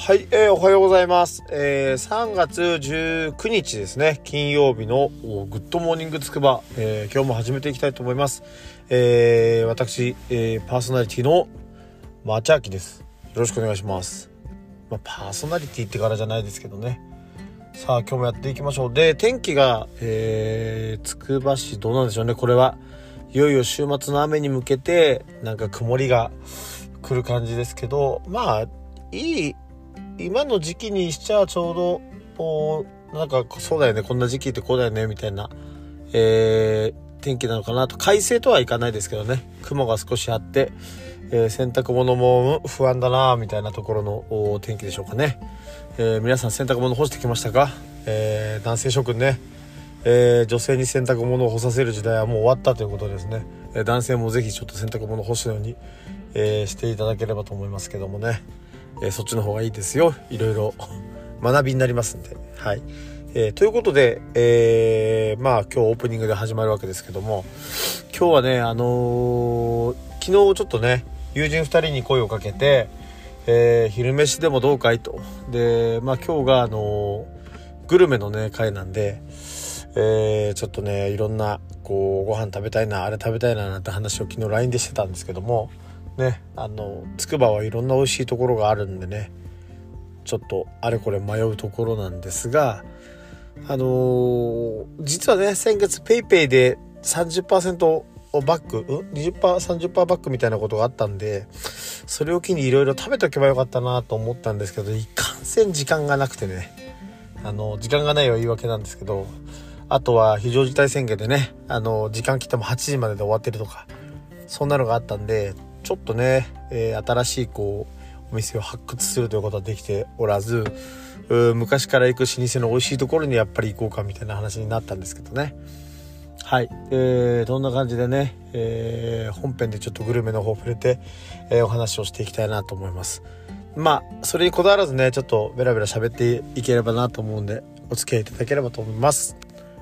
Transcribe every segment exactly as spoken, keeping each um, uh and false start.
はい、えー、おはようございます、えー、さんがつじゅうくにちですね、金曜日のグッドモーニングつくば、えー、今日も始めていきたいと思います。えー、私、えー、パーソナリティのまちあきです。よろしくお願いします。まあ、パーソナリティってからじゃないですけどね。さあ今日もやっていきましょう。で、天気が、えー、つくば市どうなんでしょうね。これはいよいよ週末の雨に向けてなんか曇りが来る感じですけど、まあいい今の時期にしちゃちょうどこうなんかそうだよね、こんな時期ってこうだよねみたいな、えー、天気なのかなと。快晴とはいかないですけどね、雲が少しあって、えー、洗濯物も不安だなみたいなところの天気でしょうかね。えー、皆さん洗濯物干してきましたか？えー、男性諸君ね、えー、女性に洗濯物を干させる時代はもう終わったということですね。えー、男性もぜひちょっと洗濯物を干すように、えー、していただければと思いますけどもね、えー、そっちの方がいいですよ。いろいろ学びになりますんで、はい。えー、ということで、えー、まあ今日オープニングで始まるわけですけども、今日はね、あのー、昨日ちょっとね、友人ふたりに声をかけて、えー、昼飯でもどうかいと。で、まあ今日があのー、グルメのね会なんで、えー、ちょっとねいろんなこうご飯食べたいな、あれ食べたいななんて話を昨日 ライン でしてたんですけどもね、あのつくばはいろんな美味しいところがあるんでね、ちょっとあれこれ迷うところなんですが、あのー、実はね先月ペイペイで さんじゅっパーセント バック、うん、にじゅっパーセント さんじゅっパーセント バックみたいなことがあったんで、それを機にいろいろ食べとけばよかったなと思ったんですけど、いかんせん時間がなくてね、あの時間がないは言い訳なんですけど、あとは非常事態宣言でね、あの時間切ってもはちじまでで終わってるとか、そんなのがあったんで、ちょっとね、えー、新しいこうお店を発掘するということはできておらず、昔から行く老舗の美味しいところにやっぱり行こうかみたいな話になったんですけどね。はい、えー、どんな感じでね、えー、本編でちょっとグルメの方を触れて、えー、お話をしていきたいなと思います。まあそれにこだわらずね、ちょっとベラベラ喋っていければなと思うんで、お付き合いいただければと思います。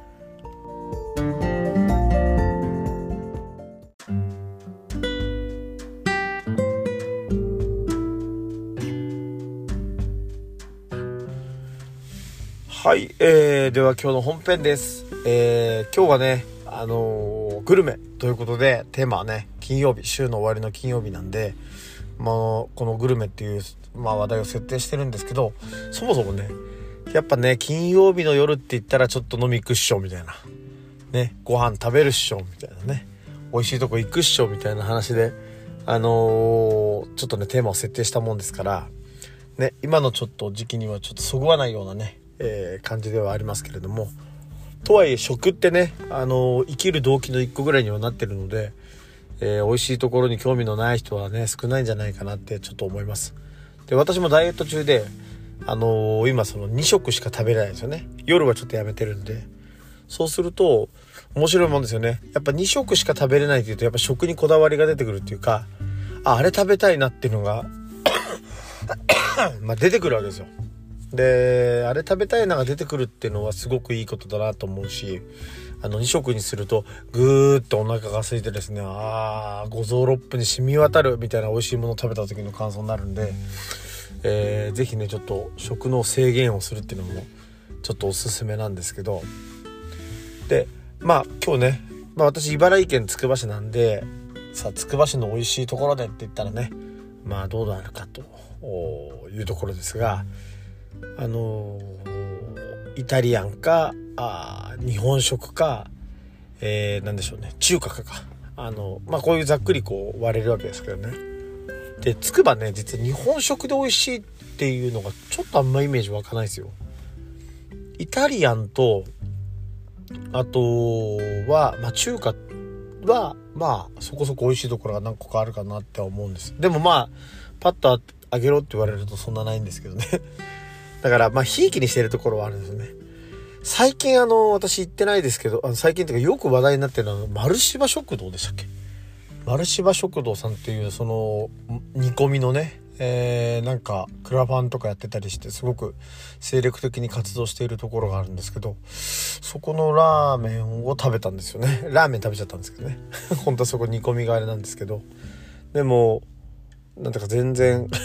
はい、えー、では今日の本編です。えー、今日はね、あのー、グルメということで、テーマはね金曜日、週の終わりの金曜日なんで、まあ、このグルメっていう、まあ、話題を設定してるんですけど、そもそもねやっぱね金曜日の夜って言ったらちょっと飲み行くっしょみたいなね、ご飯食べるっしょみたいなね、美味しいとこ行くっしょみたいな話で、あのー、ちょっとねテーマを設定したもんですからね、今のちょっと時期にはちょっとそぐわないようなね、えー、感じではありますけれども、とはいえ食ってね、あのー、生きる動機の一個ぐらいにはなってるので、えー、美味しいところに興味のない人はね少ないんじゃないかなってちょっと思います。で、私もダイエット中で、あのー、今そのに食しか食べれないんですよね。夜はちょっとやめてるんで、そうすると面白いもんですよね。やっぱに食しか食べれないっていうと、やっぱ食にこだわりが出てくるっていうか、あ、あれ食べたいなっていうのがまあ出てくるわけですよ。で、あれ食べたいなが出てくるっていうのはすごくいいことだなと思うし、あのに食にするとぐーっとお腹が空いてですね、あー五臓六腑に染み渡るみたいな美味しいものを食べた時の感想になるんで、えー、ぜひねちょっと食の制限をするっていうのもちょっとおすすめなんですけど、でまあ今日ね、まあ、私茨城県つくば市なんで、さあつくば市の美味しいところでって言ったらね、まあどうなるかというところですが、あのー、イタリアンかあ日本食か、えー、なんでしょうね、中華かか、あのまあこういうざっくりこう割れるわけですけどね。で、つくばね、実は日本食で美味しいっていうのがちょっとあんまイメージ湧かないですよ。イタリアンとあとは、まあ、中華はまあそこそこ美味しいところが何個かあるかなって思うんです。でもまあパッとあげろって言われるとそんなないんですけどねだからまあひいきにしてるところはあるんですよね。最近あの私行ってないですけど、あの最近っていうかよく話題になってるのは丸芝食堂でしたっけ。丸芝食堂さんっていうその煮込みのね、えー、なんかクラファンとかやってたりしてすごく精力的に活動しているところがあるんですけど、そこのラーメンを食べたんですよね。ラーメン食べちゃったんですけどね本当はそこ煮込みがあれなんですけど、でもなんていうか全然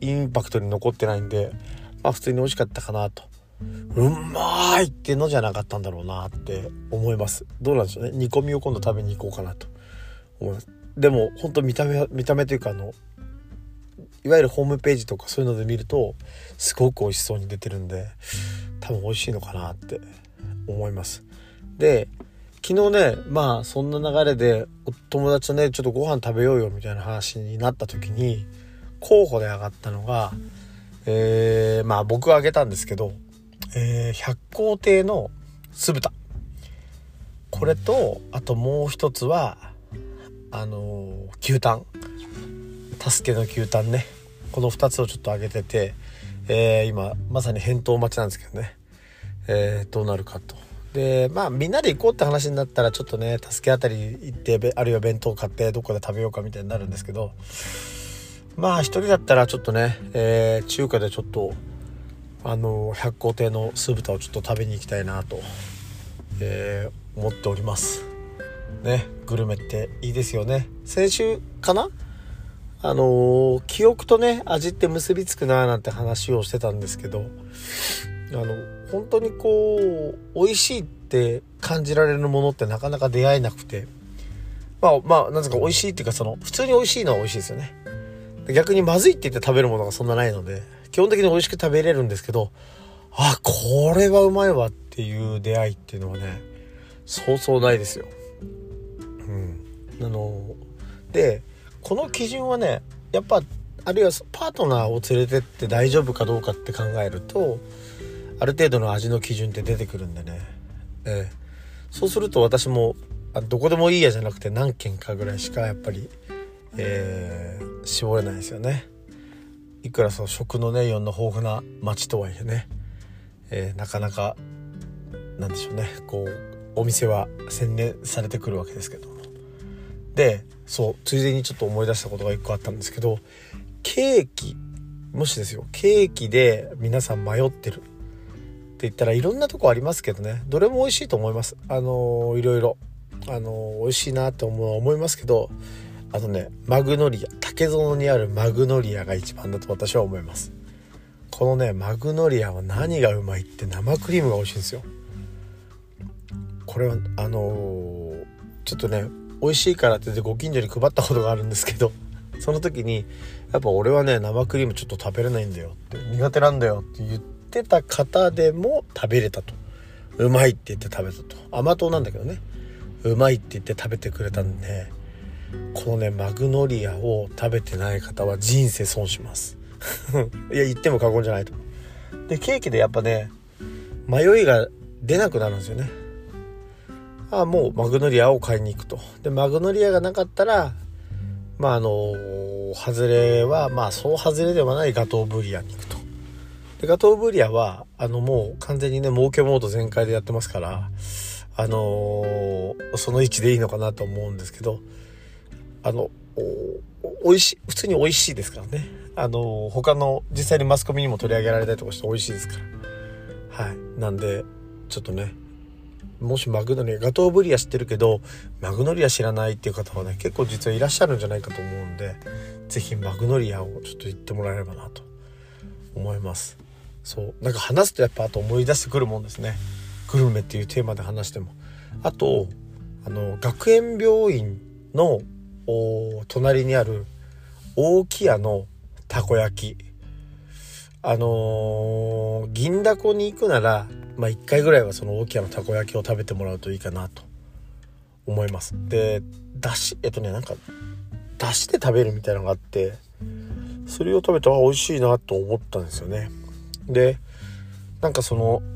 インパクトに残ってないんで、まあ普通に美味しかったかなと。うまいってのじゃなかったんだろうなって思います。どうなんでしょうね。煮込みを今度食べに行こうかなと思います。でも本当見た目見た目というか、あのいわゆるホームページとかそういうので見るとすごく美味しそうに出てるんで、多分美味しいのかなって思います。で、昨日ね、まあそんな流れでお友達とねちょっとご飯食べようよみたいな話になった時に、候補で上がったのが、えー、まあ僕はあげたんですけど、えー、百香亭の酢豚、これとあともう一つはあのー、牛タン、タスケの牛タンね、このふたつをちょっと上げてて、えー、今まさに返答待ちなんですけどね、えー、どうなるかと。でまあみんなで行こうって話になったらちょっとね、タスケあたり行って、あるいは弁当買ってどこで食べようかみたいになるんですけど、まあ一人だったらちょっとね、えー、中華でちょっとあの百香亭の酢豚をちょっと食べに行きたいなと、えー、思っておりますね。グルメっていいですよね。先週かな、あのー、記憶とね味って結びつくなーなんて話をしてたんですけど、あの本当にこう美味しいって感じられるものってなかなか出会えなくて、まあまあなんですか、美味しいっていうか、その普通に美味しいのは美味しいですよね。逆にまずいって言って食べるものがそんなないので、基本的に美味しく食べれるんですけど、あ、これはうまいわっていう出会いっていうのはね、そうそうないですよ。うん。あのでこの基準はね、やっぱあるいはパートナーを連れてって大丈夫かどうかって考えると、ある程度の味の基準って出てくるんでね、えー、そうすると私もどこでもいいやじゃなくて何軒かぐらいしかやっぱり、えー、絞れないですよね。いくらその食のねいろんな豊富な街とはいえね、えー、なかなかなんでしょうね、こうお店は洗練されてくるわけですけども。でそうついでにちょっと思い出したことが一個あったんですけど、ケーキ、もしですよ、ケーキで皆さん迷ってるって言ったらいろんなとこありますけどね、どれも美味しいと思います。あのー、いろいろあのー、美味しいなって思う思いますけど、あとね、マグノリア、竹園にあるマグノリアが一番だと私は思います。このねマグノリアは何がうまいって生クリームが美味しいんですよ。これはあのー、ちょっとね美味しいからって言ってご近所に配ったことがあるんですけど、その時にやっぱ俺はね生クリームちょっと食べれないんだよって、苦手なんだよって言ってた方でも食べれたと、うまいって言って食べたと、甘党なんだけどね、うまいって言って食べてくれたんで、このねマグノリアを食べてない方は人生損しますいや言っても過言じゃないと。でケーキでやっぱね迷いが出なくなるんですよね。あ、もうマグノリアを買いに行くと。でマグノリアがなかったらまああの外れはまあそう外れではないガトーブリアに行くと。でガトーブリアはあのもう完全にね儲けモード全開でやってますから、あのー、その位置でいいのかなと思うんですけど、あの美味しい、普通に美味しいですからね。あの他の実際にマスコミにも取り上げられたりとかして美味しいですから、はい。なんでちょっとね、もしマグノリア、ガトーブリア知ってるけどマグノリア知らないっていう方はね結構実はいらっしゃるんじゃないかと思うんで、ぜひマグノリアをちょっと言ってもらえればなと思います。そうなんか話すとやっぱあと思い出してくるもんですね、グルメっていうテーマで話しても。あとあの学園病院の隣にある大木屋のたこ焼き、あのー、銀だこに行くならまあいっかいぐらいはその大木屋のたこ焼きを食べてもらうといいかなと思います。でだしえっとねなんかだしで食べるみたいなのがあって、それを食べたら美味しいなと思ったんですよね。でなんかその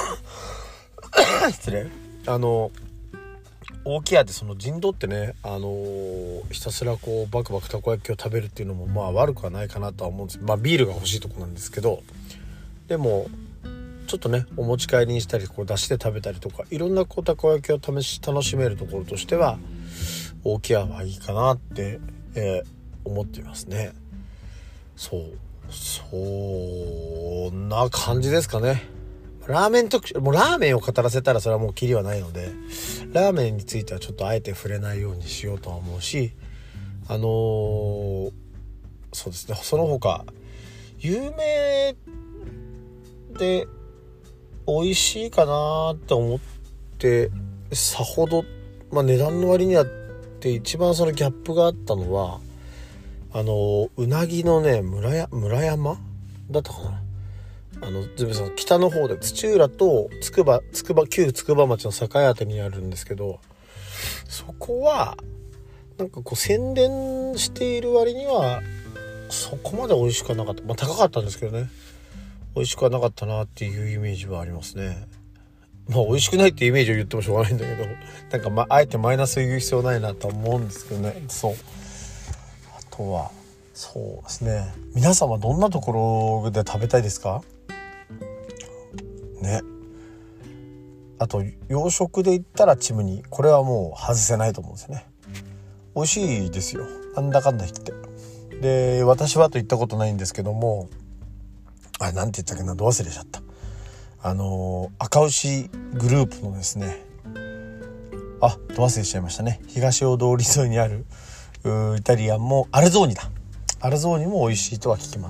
失礼あの大木屋でその人道ってね、あのー、ひたすらこうバクバクたこ焼きを食べるっていうのもまあ悪くはないかなとは思うんですけど、まあビールが欲しいとこなんですけど、でもちょっとねお持ち帰りにしたりこう出汁で食べたりとかいろんなこうたこ焼きを試し楽しめるところとしては大木屋はいいかなって、えー、思っていますね。そうそんな感じですかね。ラーメン特集、もうラーメンを語らせたらそれはもうキリはないので、ラーメンについてはちょっとあえて触れないようにしようとは思うし、あのー、そうですね、その他有名で美味しいかなって思ってさほど、まあ、値段の割にはって一番そのギャップがあったのはあのうなぎのね村や村山だったかな、あの全部その北の方で土浦とつくばつくば旧つくば町の境あたりにあるんですけど、そこはなんかこう宣伝している割にはそこまで美味しくはなかった。まあ高かったんですけどね、美味しくはなかったなっていうイメージはありますね。まあ美味しくないってイメージを言ってもしょうがないんだけど、なんかまああえてマイナスを言う必要ないなと思うんですけどね。そう。あとはそうですね。皆様どんなところで食べたいですか？ね。あと洋食で言ったらチムニー、これはもう外せないと思うんですよね。美味しいですよ。なんだかんだ言って。で、私はと言ったことないんですけども、あれなんて言ったっけな、ど忘れちゃった。あの赤牛グループのですね、あ、ど忘れしちゃいましたね。東大通り沿いにあるイタリアンもアルゾーニだ。アルゾーニも美味しいとは聞きます。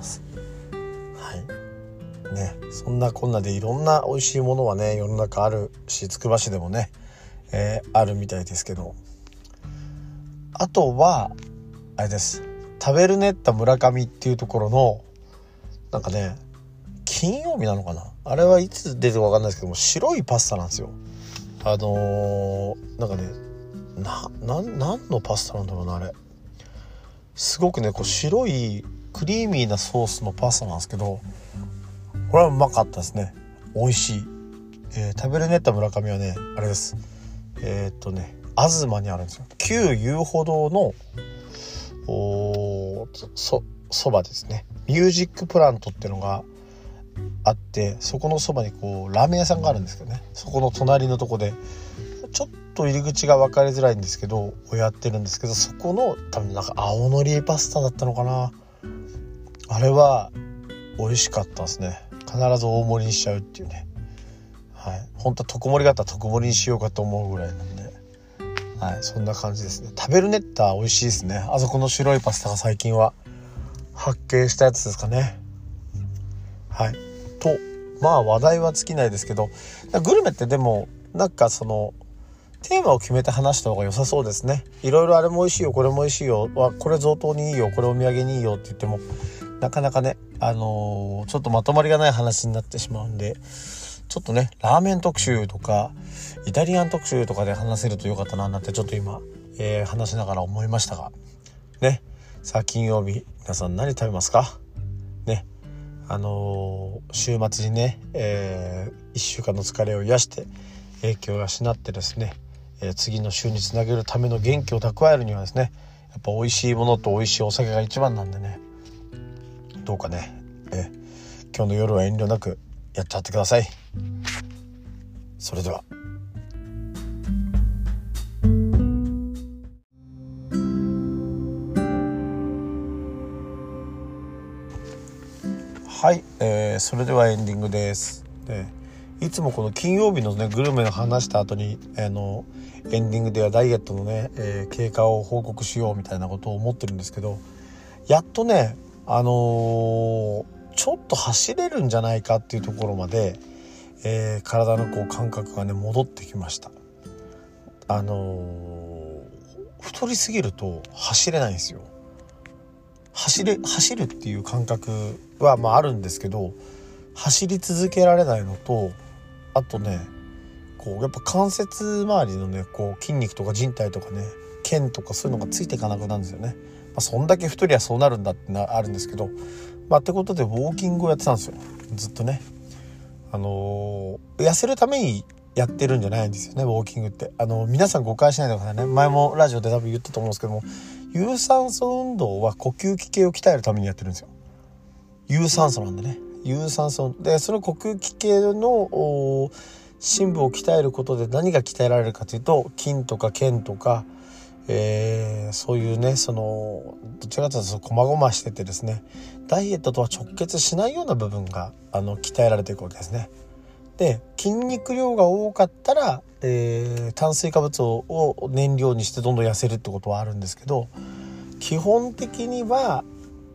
はい。ね、そんなこんなでいろんな美味しいものはね世の中あるし、つくば市でもね、えー、あるみたいですけど、あとはあれです。タベルネッタ村上っていうところのなんかね、金曜日なのかな、あれはいつ出てるか分かんないですけども、白いパスタなんですよ。あのー、なんかねな、な、何のパスタなんだろうな、あれすごくねこう白いクリーミーなソースのパスタなんですけど、これはうまかったですね。美味しい、えー、タベルネッタ村上はねあれです、えー、っとね東にあるんですよ。旧遊歩道のおそそばですね。ミュージックプラントっていうのがあって、そこのそばにこうラーメン屋さんがあるんですけどね、そこの隣のとこでちょっと入り口が分かりづらいんですけどやってるんですけど、そこの多分なんか青のりパスタだったのかな、あれは美味しかったですね。必ず大盛りにしちゃうっていうね。はい、本当は特盛りがあったら特盛りにしようかと思うぐらいなんで、はい、そんな感じですね。食べるネッタ美味しいですね。あそこの白いパスタが最近は発見したやつですかね。はい。とまあ話題は尽きないですけど、グルメってでもなんかそのテーマを決めて話した方が良さそうですね。いろいろあれも美味しいよ、これも美味しいよ、これ贈答にいいよ、これお土産にいいよって言ってもなかなかね、あのー、ちょっとまとまりがない話になってしまうんで、ちょっとねラーメン特集とかイタリアン特集とかで話せるとよかったななんてちょっと今、えー、話しながら思いましたがね。さあ金曜日皆さん何食べますかね。あのー、週末にね、えー、いっしゅうかんの疲れを癒して影響を養ってですね、えー、次の週につなげるための元気を蓄えるにはですね、やっぱ美味しいものと美味しいお酒が一番なんでね、どうかね、えー、今日の夜は遠慮なくやっちゃってください。それでは。はい、えー、それではエンディングです。でいつもこの金曜日のねグルメの話した後に、あのエンディングではダイエットのね、えー、経過を報告しようみたいなことを思ってるんですけど、やっとねあのー、ちょっと走れるんじゃないかっていうところまで、えー、体のこう感覚がね戻ってきました。あのー、太りすぎると走れないんですよ。走れ走るっていう感覚はまああるんですけど、走り続けられないのと、あとねこうやっぱ関節周りのねこう筋肉とか靭帯とかね腱とかそういうのがついていかなくなるんですよね。まあ、そんだけ太りはそうなるんだってなあるんですけど、まあってことでウォーキングをやってたんですよずっとね。あのー、痩せるためにやってるんじゃないんですよねウォーキングって。あのー、皆さん誤解しないでくださいね。前もラジオで多分言ったと思うんですけども、有酸素運動は呼吸器系を鍛えるためにやってるんですよ。有酸素なんでね、有酸素でその呼吸器系の深部を鍛えることで何が鍛えられるかというと、筋とか腱とか、えー、そういうねそのどちらかというとこまごましててですね、ダイエットとは直結しないような部分があの鍛えられていくわけですね。で筋肉量が多かったら、えー、炭水化物を燃料にしてどんどん痩せるってことはあるんですけど、基本的には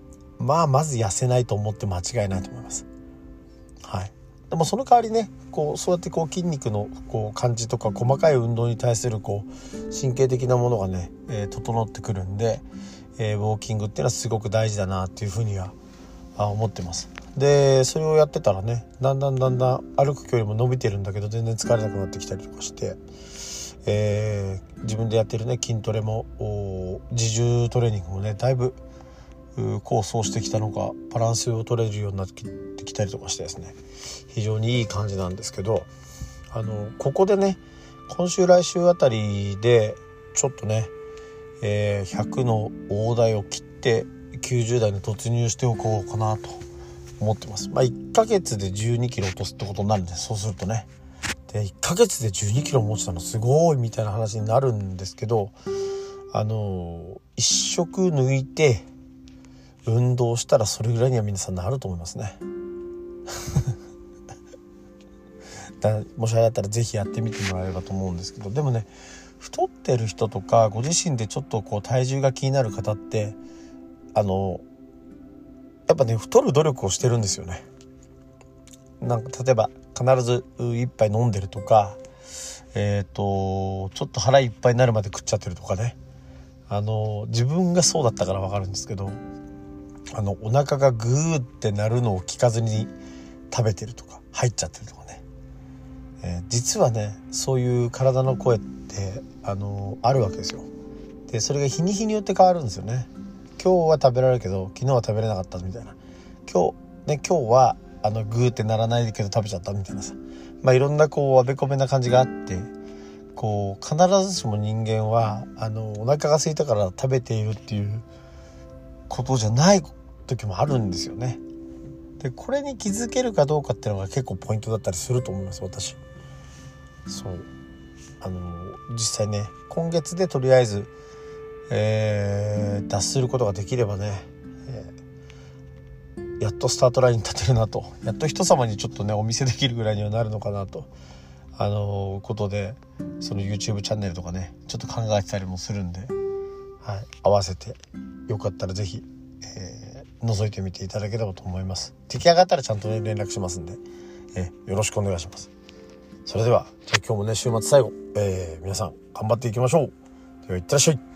まあまず痩せないと思って間違いないと思います。はい。でもその代わりね、こうそうやってこう筋肉のこう感じとか細かい運動に対するこう神経的なものがね、えー、整ってくるんで、えー、ウォーキングっていうのはすごく大事だなっていうふうには思ってます。でそれをやってたらね、だんだんだんだん歩く距離も伸びてるんだけど全然疲れなくなってきたりとかして、えー、自分でやってるね筋トレも自重トレーニングもねだいぶ構想してきたのかバランスを取れるようになってきたりとかしてですね、非常にいい感じなんですけど、あのここでね今週来週あたりでちょっとね、えー、ひゃくの大台を切ってきゅうじゅう代に突入しておこうかなと思ってます。まあいっかげつでじゅうにキロ落とすってことになるんで、そうするとねでいっかげつでじゅうにキロも落ちたのすごいみたいな話になるんですけど、あの一食抜いて運動したらそれぐらいには皆さんなると思いますねだもしあれだったらぜひやってみてもらえればと思うんですけど、でもね太ってる人とかご自身でちょっとこう体重が気になる方ってあのやっぱね太る努力をしてるんですよね。なんか例えば必ず一杯飲んでるとか、えーとちょっと腹いっぱいになるまで食っちゃってるとかね、あの自分がそうだったから分かるんですけど、あのお腹がグーってなるのを聞かずに食べてるとか入っちゃってるとかね、えー、実はねそういう体の声ってあのあるわけですよ。でそれが日に日によって変わるんですよね。今日は食べられるけど昨日は食べれなかったみたいな、今日ね今日はあのグーってならないけど食べちゃったみたいなさ、まあいろんなこうあべこべな感じがあって、こう必ずしも人間はあのお腹が空いたから食べているっていうことじゃない時もあるんですよね。でこれに気づけるかどうかっていうのが結構ポイントだったりすると思います。私そうあの実際ね今月でとりあえず、えー、脱することができればね、えー、やっとスタートラインに立てるなと、やっと人様にちょっとねお見せできるぐらいにはなるのかなとあのことで、その YouTube チャンネルとかねちょっと考えてたりもするんで、はい、合わせてよかったらぜひ、えー、覗いてみていただければと思います。出来上がったらちゃんと、ね、連絡しますんで、えー、よろしくお願いします。それではじゃあ今日もね週末最後、えー、皆さん頑張っていきましょう。ではいってらっしゃい。